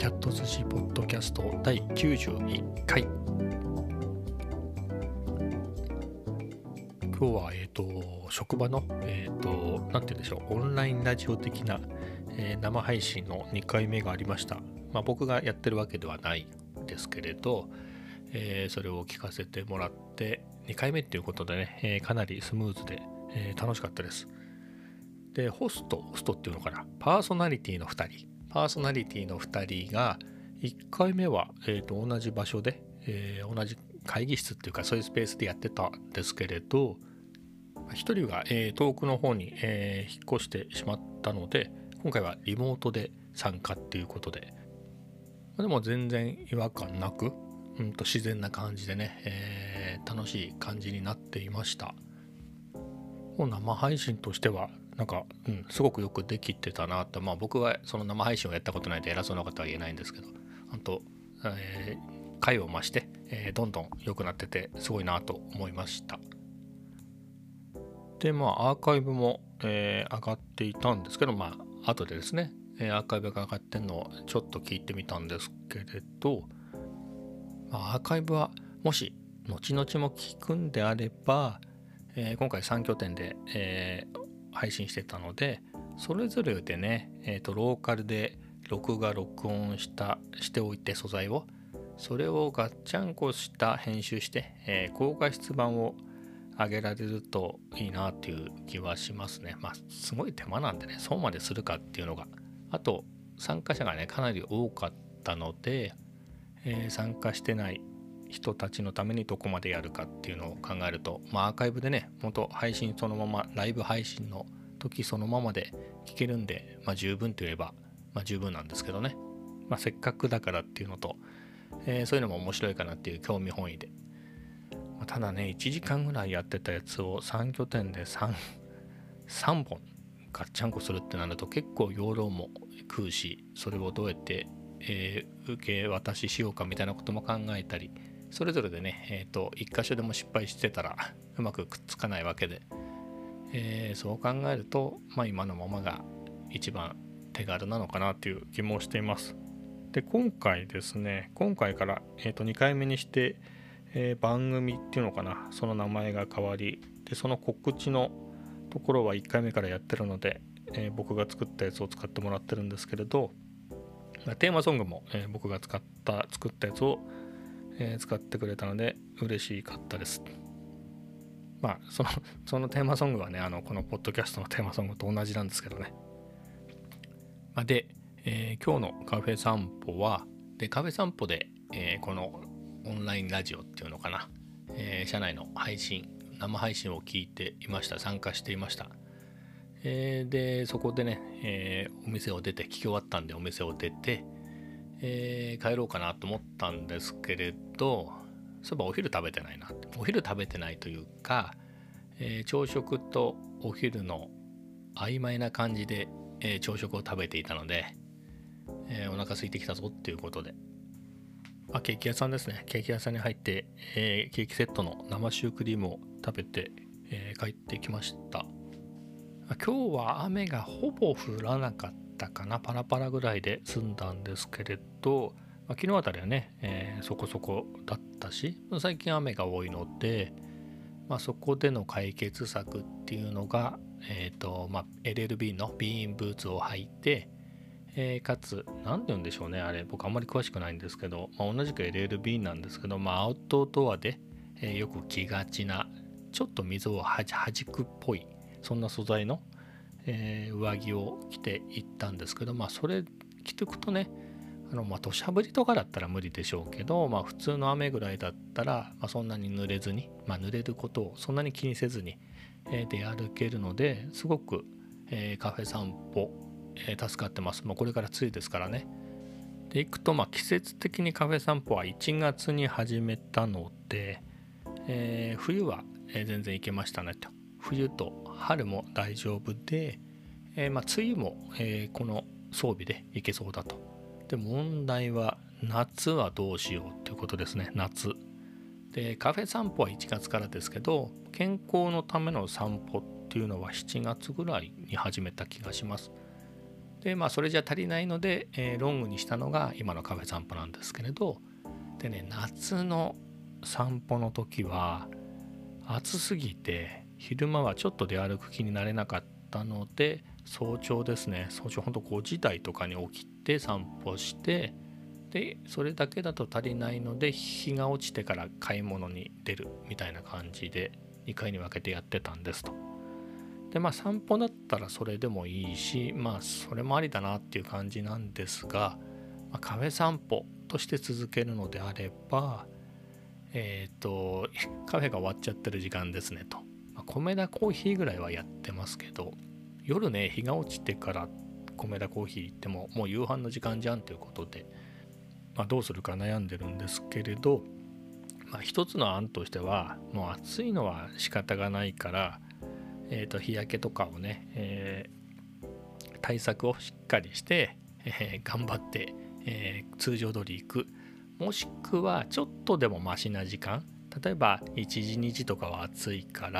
キャット寿司ポッドキャスト第91回。今日は職場のなんて言うんでしょう、オンラインラジオ的な、生配信の2回目がありました。僕がやってるわけではないんですけれど、それを聞かせてもらって2回目っていうことでね、かなりスムーズで、楽しかったです。で、ホストっていうのかな、パーソナリティの2人が1回目は、同じ場所で、同じ会議室っていうかそういうスペースでやってたんですけれど、1人が、遠くの方に、引っ越してしまったので、今回はリモートで参加っていうことで、でも全然違和感なく、自然な感じでね、楽しい感じになっていました。もう生配信としてはなんか、すごくよくできてたなと。僕はその生配信をやったことないんで偉そうなことは言えないんですけど、回を増して、どんどん良くなっててすごいなと思いました。でアーカイブも、上がっていたんですけど、後でですね、アーカイブが上がってるのをちょっと聞いてみたんですけれど、アーカイブはもし後々も聞くんであれば、今回3拠点で、配信してたので、それぞれでね、ローカルで録音しておいて、素材をそれをガッチャンコした編集して、高画質版を上げられるといいなっていう気はしますね。すごい手間なんでね、そうまでするかっていうのが、あと参加者がねかなり多かったので、参加してない人たちのためにどこまでやるかっていうのを考えると、アーカイブでね、元配信そのまま、ライブ配信の時そのままで聞けるんで、十分といえば、十分なんですけどね、せっかくだからっていうのと、そういうのも面白いかなっていう興味本位で、ただね、1時間ぐらいやってたやつを3拠点で 3本ガッチャンコするってなると結構容量も食うし、それをどうやって、受け渡ししようかみたいなことも考えたり、それぞれでね、一箇所でも失敗してたらうまくくっつかないわけで、そう考えると、今のままが一番手軽なのかなという気もしています。で、今回から、2回目にして、番組っていうのかな、その名前が変わり、でその告知のところは1回目からやってるので、僕が作ったやつを使ってもらってるんですけれど、テーマソングも、僕が作ったやつを、使ってくれたので嬉しかったです。そのテーマソングはね、このポッドキャストのテーマソングと同じなんですけどね。で、今日のカフェ散歩は、カフェ散歩で、このオンラインラジオっていうのかな、社内の生配信を聞いていました。参加していました。でそこでね、お店を出て、聞き終わったんでお店を出て、帰ろうかなと思ったんですけれど、そういえばお昼食べてないなって。お昼食べてないというか、朝食とお昼の曖昧な感じで、朝食を食べていたので、お腹空いてきたぞっていうことで、ケーキ屋さんですね。ケーキ屋さんに入って、ケーキセットの生シュークリームを食べて、帰ってきました。今日は雨がほぼ降らなかったかな。パラパラぐらいで済んだんですけれど、昨日あたりはね、そこそこだったし、最近雨が多いので、そこでの解決策っていうのが、LLB のビーンブーツを履いて、かつ何て言うんでしょうね、あれ僕あんまり詳しくないんですけど、同じく LLB なんですけど、アウトドアで、よく着がちな、ちょっと水をはじくっぽい、そんな素材の、上着を着ていったんですけど、それ着ていくとね、土砂降りとかだったら無理でしょうけど、普通の雨ぐらいだったら、そんなに濡れずに、濡れることをそんなに気にせずに、出歩けるので、すごく、カフェ散歩、助かってます。これから梅雨ですからね。で行くと、季節的にカフェ散歩は1月に始めたので、冬は、全然行けましたねと。冬と春も大丈夫で、梅雨も、この装備で行けそうだと。で、問題は夏はどうしようっていうことですね。夏で、カフェ散歩は1月からですけど、健康のための散歩っていうのは7月ぐらいに始めた気がします。 でそれじゃ足りないので、ロングにしたのが今のカフェ散歩なんですけれど、でね、夏の散歩の時は暑すぎて昼間はちょっと出歩く気になれなかったので、早朝ですね、早朝ほんと5時台とかに起きて散歩して、でそれだけだと足りないので日が落ちてから買い物に出るみたいな感じで2回に分けてやってたんですと。で散歩だったらそれでもいいし、それもありだなっていう感じなんですが、カフェ散歩として続けるのであればカフェが終わっちゃってる時間ですねと、米田コーヒーぐらいはやってますけど、夜ね日が落ちてから米田コーヒー行ってももう夕飯の時間じゃんということで、どうするか悩んでるんですけれど、一つの案としては、もう暑いのは仕方がないから、日焼けとかをね、対策をしっかりして、頑張って、通常通り行く、もしくはちょっとでもマシな時間、例えば1時2時とかは暑いから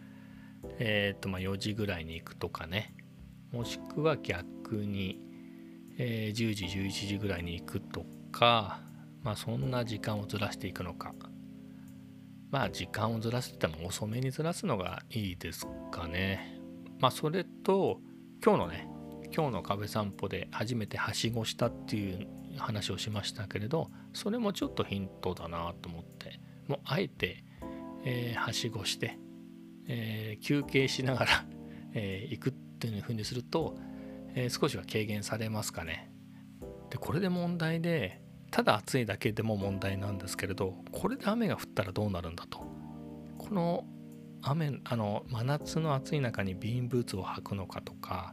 、4時ぐらいに行くとかね、もしくは逆に、10時11時ぐらいに行くとか、そんな時間をずらしていくのか、時間をずらすって言っても遅めにずらすのがいいですかね。それと今日のカフェ散歩で初めてはしごしたっていう話をしましたけれど、それもちょっとヒントだなと思って、もうあえて、はしごして、休憩しながら、行くっていう風にすると、少しは軽減されますかね。でこれで問題で、ただ暑いだけでも問題なんですけれど、これで雨が降ったらどうなるんだと。この真夏の暑い中にビーンブーツを履くのかとか、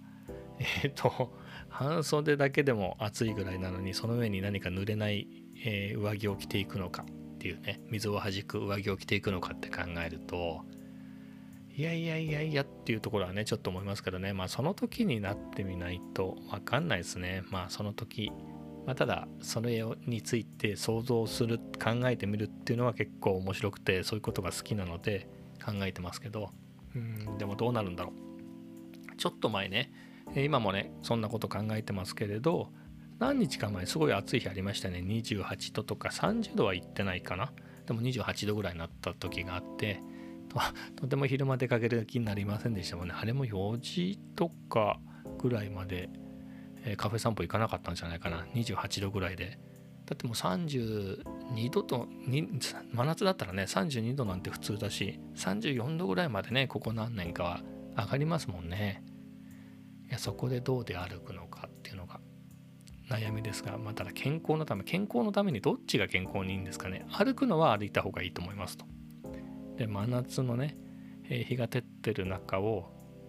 半袖だけでも暑いぐらいなのにその上に何か濡れない、上着を着ていくのかっていうね、水を弾く上着を着ていくのかって考えると、いやっていうところはねちょっと思いますけどね、その時になってみないと分かんないですね。その時、ただそれについて想像する、考えてみるっていうのは結構面白くて、そういうことが好きなので考えてますけど、でもどうなるんだろう。ちょっと前ね、今もねそんなこと考えてますけれど、何日か前すごい暑い日ありましたね。28度とか30度は行ってないかな、でも28度ぐらいになった時があって、とても昼間出かける気になりませんでしたもんね。あれも4時とかぐらいまで、カフェ散歩行かなかったんじゃないかな。28度ぐらいで、だってもう32度と真夏だったらね32度なんて普通だし、34度ぐらいまでねここ何年かは上がりますもんね。いや、そこでどうで歩くのかっていうのが悩みですが、ただ健康のためにどっちが健康にいいんですかね。歩くのは歩いた方がいいと思いますと。で真夏のね、日が照ってる中を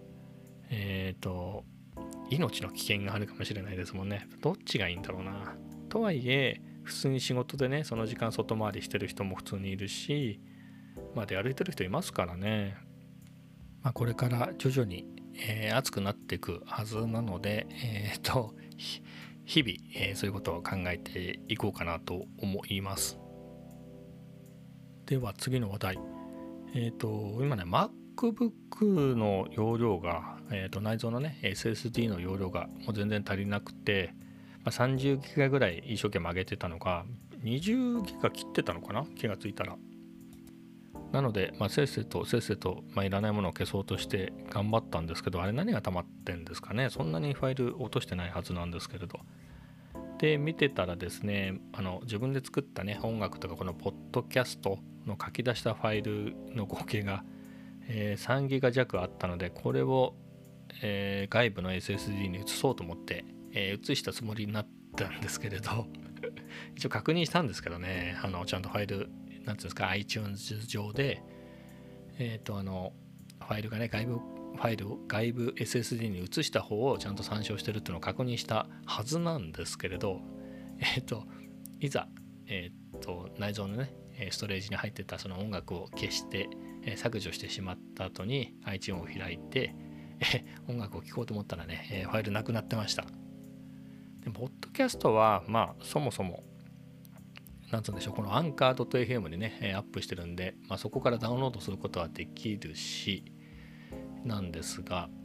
命の危険があるかもしれないですもんね。どっちがいいんだろうな。とはいえ普通に仕事でねその時間外回りしてる人も普通にいるし、出歩いてる人いますからね。これから徐々に、暑くなっていくはずなので、日々、そういうことを考えていこうかなと思います。では次の話題。今ね MacBook の容量が、内蔵のね SSD の容量がもう全然足りなくて、30ギガぐらい一生懸命上げてたのが20ギガ切ってたのかな、気がついたら。なので、せっせと、いらないものを消そうとして頑張ったんですけど、あれ何が溜まってんですかね。そんなにファイル落としてないはずなんですけれど。で見てたらですね、自分で作ったね音楽とかこのポッドキャストの書き出したファイルの合計が、3ギガ弱あったので、これを、外部の SSD に移そうと思って、移したつもりになったんですけれど一応確認したんですけどね、ちゃんとファイルなんていうんですか、 iTunes 上でファイルがね外部 SSD に移した方をちゃんと参照してるっていうのを確認したはずなんですけれど、いざ、内蔵のねストレージに入ってたその音楽を消して削除してしまった後に iTunes を開いて音楽を聴こうと思ったらね、ファイルなくなってました。でポッドキャストはそもそもなんつうんでしょう、このアンカー .fm にねアップしてるんで、そこからダウンロードすることはできるしなんですが、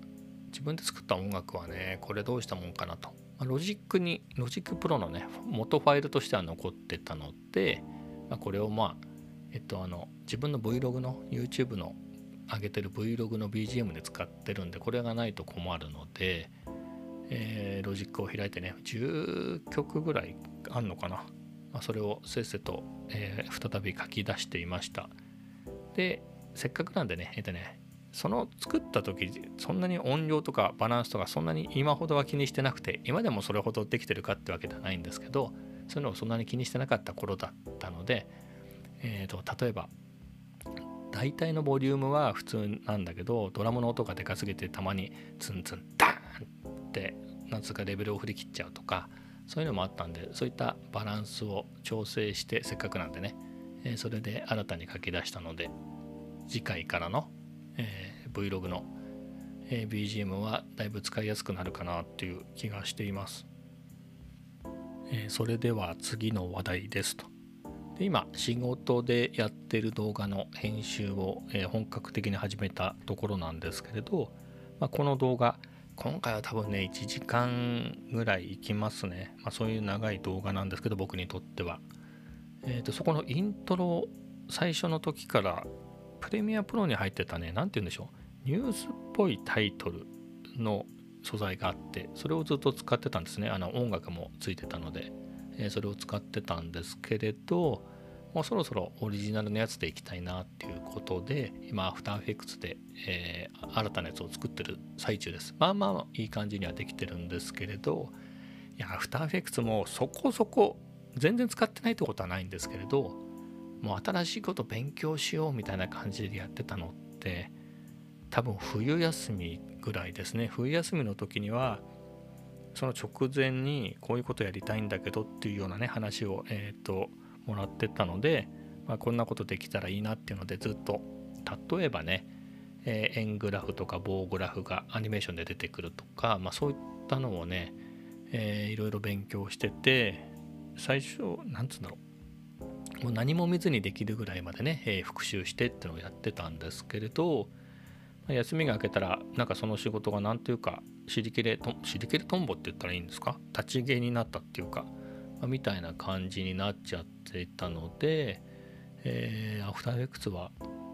自分で作った音楽はね、これどうしたもんかなと。ロジックプロのね、元ファイルとしては残ってたので、これを自分の Vlog の YouTube の上げてる Vlog の BGM で使ってるんで、これがないと困るので、ロジックを開いてね、10曲ぐらいあんのかな。それをせっせと、再び書き出していました。で、せっかくなんでね、その作った時そんなに音量とかバランスとかそんなに今ほどは気にしてなくて、今でもそれほどできてるかってわけではないんですけど、そういうのをそんなに気にしてなかった頃だったので、例えば大体のボリュームは普通なんだけど、ドラムの音がでかすぎてたまにツンツンダーンってなんつうかレベルを振り切っちゃうとか、そういうのもあったんで、そういったバランスを調整して、せっかくなんでね、それで新たに書き出したので、次回からの、Vlog の、BGM はだいぶ使いやすくなるかなっていう気がしています。それでは次の話題ですと。で、今仕事でやってる動画の編集を、本格的に始めたところなんですけれど、この動画今回は多分ね1時間ぐらいいきますね。そういう長い動画なんですけど、僕にとっては、そこのイントロ最初の時からプレミアプロに入ってたね、なんて言うんでしょう、ニュースっぽいタイトルの素材があって、それをずっと使ってたんですね。音楽もついてたので、それを使ってたんですけれど、もうそろそろオリジナルのやつでいきたいなっていうことで、今アフターエフェクツで、新たなやつを作ってる最中です。いい感じにはできてるんですけれど、いやアフターエフェクツもそこそこ全然使ってないってことはないんですけれど、もう新しいこと勉強しようみたいな感じでやってたのって多分冬休みぐらいですね。冬休みの時にはその直前にこういうことやりたいんだけどっていうようなね話をもらってたので、こんなことできたらいいなっていうので、ずっと例えばね、円グラフとか棒グラフがアニメーションで出てくるとか、そういったのをね、いろいろ勉強してて、最初なんつうんだろう、もう何も見ずにできるぐらいまでね、復習してっていうのをやってたんですけれど、休みが明けたらなんかその仕事がなんというか尻切れトンボって言ったらいいんですか、立ち消えになったっていうか、みたいな感じになっちゃっていたので、アフターエフェクツは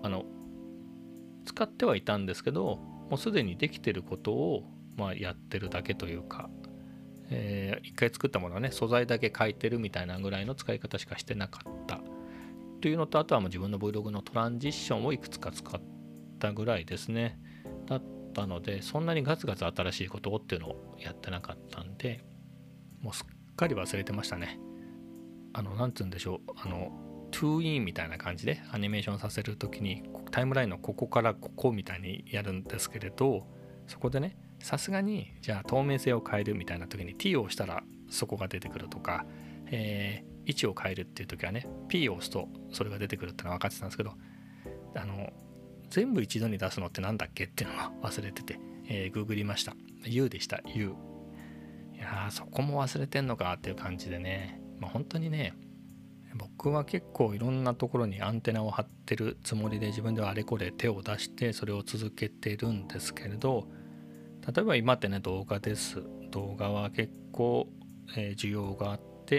使ってはいたんですけど、もうすでにできてることをやってるだけというか、一回作ったものはね素材だけ書いてるみたいなぐらいの使い方しかしてなかったというのと、あとはもう自分の Vlog のトランジッションをいくつか使ったぐらいですね。だったので、そんなにガツガツ新しいことっていうのをやってなかったんで、もうすっかり忘れてましたね。なんて言うんでしょう、トゥーインみたいな感じでアニメーションさせるときにタイムラインのここからここみたいにやるんですけれど、そこでねさすがにじゃあ透明性を変えるみたいな時に T を押したらそこが出てくるとか、位置を変えるっていう時はね P を押すとそれが出てくるっていうのは分かってたんですけど、全部一度に出すのってなんだっけっていうのは忘れてて、ググりました。 U でした。 U。 いやそこも忘れてんのかっていう感じでね、本当にね、僕は結構いろんなところにアンテナを張ってるつもりで、自分ではあれこれ手を出してそれを続けてるんですけれど、例えば今ってね動画です。動画は結構、需要があって、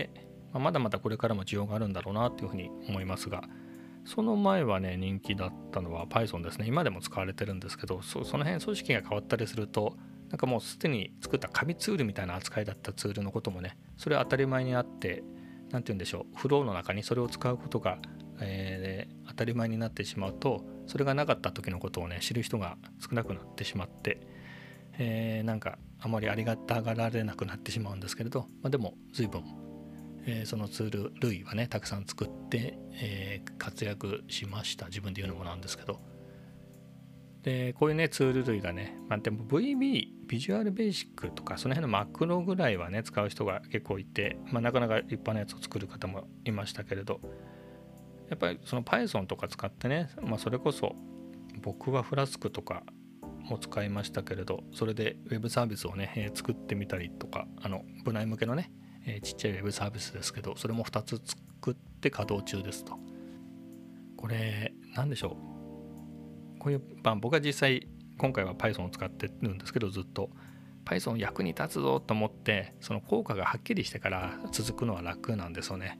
まだまだこれからも需要があるんだろうなっていうふうに思いますが、その前はね人気だったのは Python ですね。今でも使われてるんですけど、その辺組織が変わったりすると、なんかもうすでに作った紙ツールみたいな扱いだったツールのこともね、それは当たり前にあって、なんて言うんでしょう、フローの中にそれを使うことが、当たり前になってしまうと、それがなかった時のことをね知る人が少なくなってしまって、なんかあまりありがたがられなくなってしまうんですけれど、でも随分、そのツール類はねたくさん作って、活躍しました。自分で言うのもなんですけど。でこういうねツール類がね、でも VB ビジュアルベーシックとかその辺のマクロぐらいはね使う人が結構いて、なかなか立派なやつを作る方もいましたけれど、やっぱりその Python とか使ってね、それこそ僕はフラスクとかも使いましたけれど、それでウェブサービスをね、作ってみたりとか、部内向けのね、ちっちゃいウェブサービスですけど、それも2つ作って稼働中ですと。これなんでしょう、こういう、僕は実際今回は Python を使ってるんですけど、ずっと Python 役に立つぞと思ってその効果がはっきりしてから続くのは楽なんですよね。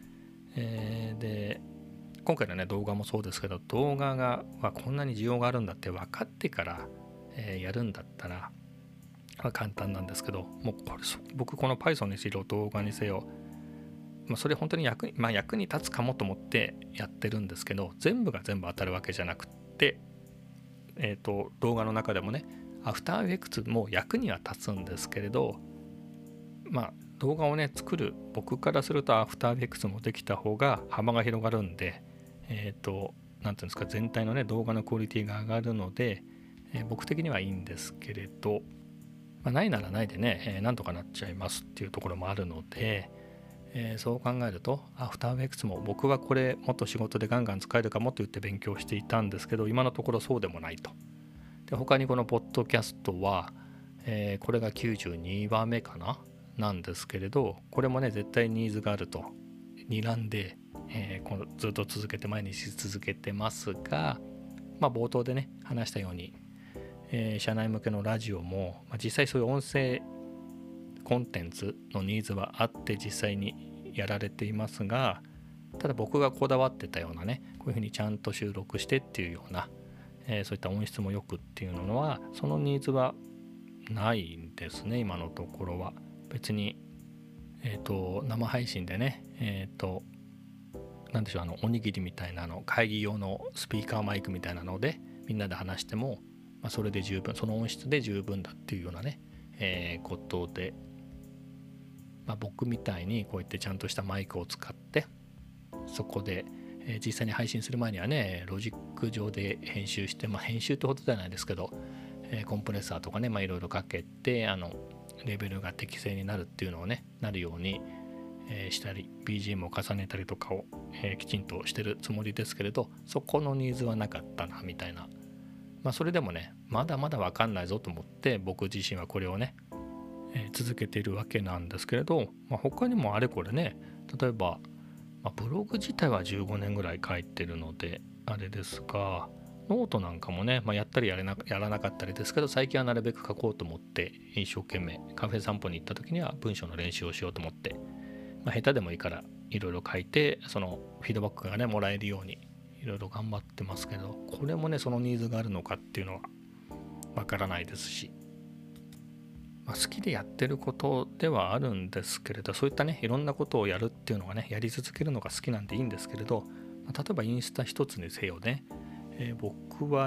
で今回のね動画もそうですけど、動画がこんなに需要があるんだって分かってから、やるんだったら、簡単なんですけど、もう僕この Python にせよ動画にせよ、それ本当に役に立つかもと思ってやってるんですけど、全部が全部当たるわけじゃなくて、動画の中でもねアフターエフェクツも役には立つんですけれど、動画をね作る僕からするとアフターエフェクツもできた方が幅が広がるんで、なんていうんですか、全体のね動画のクオリティが上がるので、僕的にはいいんですけれど、ないならないでね、なんとかなっちゃいますっていうところもあるので、そう考えるとアフターエフェクツも僕はこれもっと仕事でガンガン使えるかもと言って勉強していたんですけど、今のところそうでもないと。で他にこのポッドキャストは、これが92話目かななんですけれど、これもね絶対ニーズがあると睨んで、ずっと続けて毎日続けてますが、冒頭でね話したように、社内向けのラジオも、実際そういう音声コンテンツのニーズはあって実際にやられていますが、ただ僕がこだわってたようなねこういうふうにちゃんと収録してっていうような、そういった音質もよくっていうのはそのニーズはないんですね今のところは。別に生配信でねなんでしょう、おにぎりみたいな会議用のスピーカーマイクみたいなのでみんなで話しても、それで十分、その音質で十分だっていうようなね、ことで、僕みたいにこうやってちゃんとしたマイクを使ってそこで、実際に配信する前にはねロジック上で編集して、編集ってほどじゃないですけど、コンプレッサーとかねいろいろかけてレベルが適正になるっていうのをねなるように、したり BGM を重ねたりとかを、きちんとしてるつもりですけれど、そこのニーズはなかったなみたいな。それでもねまだまだ分かんないぞと思って僕自身はこれをね、続けているわけなんですけれど、他にもあれこれね、例えば、ブログ自体は15年ぐらい書いてるのであれですが、ノートなんかもね、やったりやらなかったりですけど、最近はなるべく書こうと思って一生懸命カフェ散歩に行った時には文章の練習をしようと思って、下手でもいいからいろいろ書いてそのフィードバックがねもらえるようにいろいろ頑張ってますけど、これもねそのニーズがあるのかっていうのはわからないですし、好きでやってることではあるんですけれど、そういったねいろんなことをやるっていうのがねやり続けるのが好きなんでいいんですけれど、例えばインスタ一つにせよね、僕は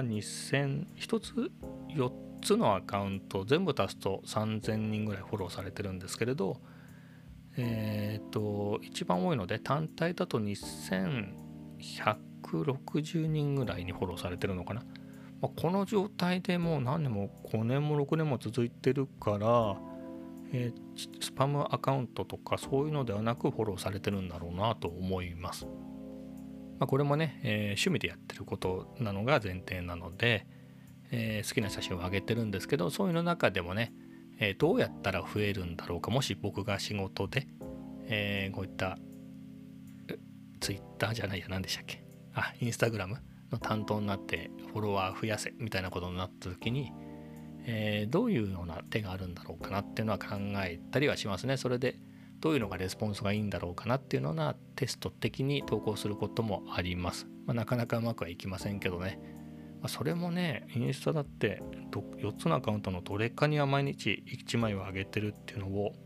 1つ4つのアカウント全部足すと3000人ぐらいフォローされてるんですけれど、一番多いので単体だと2160人ぐらいにフォローされてるのかな。この状態でもう何年も5年も6年も続いてるから、スパムアカウントとかそういうのではなくフォローされてるんだろうなと思います。これもね、趣味でやってることなのが前提なので、好きな写真を上げてるんですけど、そういうの中でもね、どうやったら増えるんだろうか、もし僕が仕事で、こういったツイッターじゃないや何でしたっけ、インスタグラムの担当になってフォロワー増やせみたいなことになった時に、どういうような手があるんだろうかなっていうのは考えたりはしますね。それでどういうのがレスポンスがいいんだろうかなっていうのはテスト的に投稿することもあります。なかなかうまくはいきませんけどね、それもねインスタだって4つのアカウントのどれかには毎日1枚は上げてるっていうのを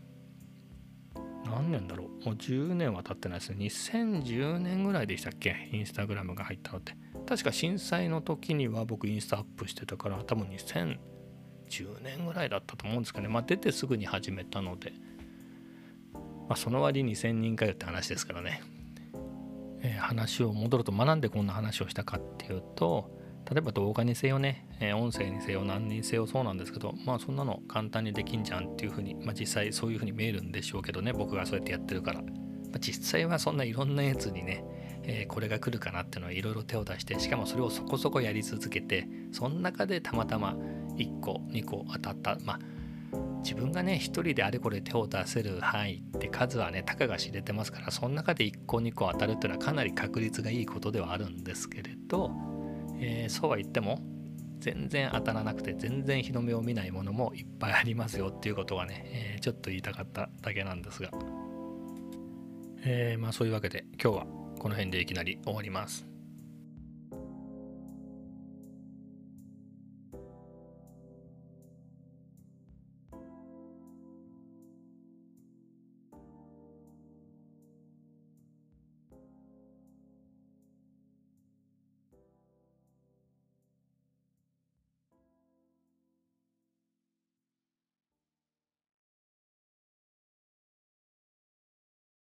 何年だろう、もう10年は経ってないですね。2010年ぐらいでしたっけ、インスタグラムが入ったのって。確か震災の時には僕インスタアップしてたから多分2010年ぐらいだったと思うんですかね。出てすぐに始めたので、その割2000人かよって話ですからね。話を戻ると、なんでこんな話をしたかっていうと、例えば動画にせよね、音声にせよ何にせよそうなんですけど、そんなの簡単にできんじゃんっていうふうに、実際そういうふうに見えるんでしょうけどね、僕がそうやってやってるから、実際はそんないろんなやつにね、これが来るかなっていうのはいろいろ手を出して、しかもそれをそこそこやり続けて、その中でたまたま1個2個当たった、自分がね一人であれこれ手を出せる範囲って数はねたかが知れてますから、その中で1個2個当たるっていうのはかなり確率がいいことではあるんですけれど、そうは言っても全然当たらなくて全然日の目を見ないものもいっぱいありますよっていうことはね、ちょっと言いたかっただけなんですが、そういうわけで今日はこの辺でいきなり終わります。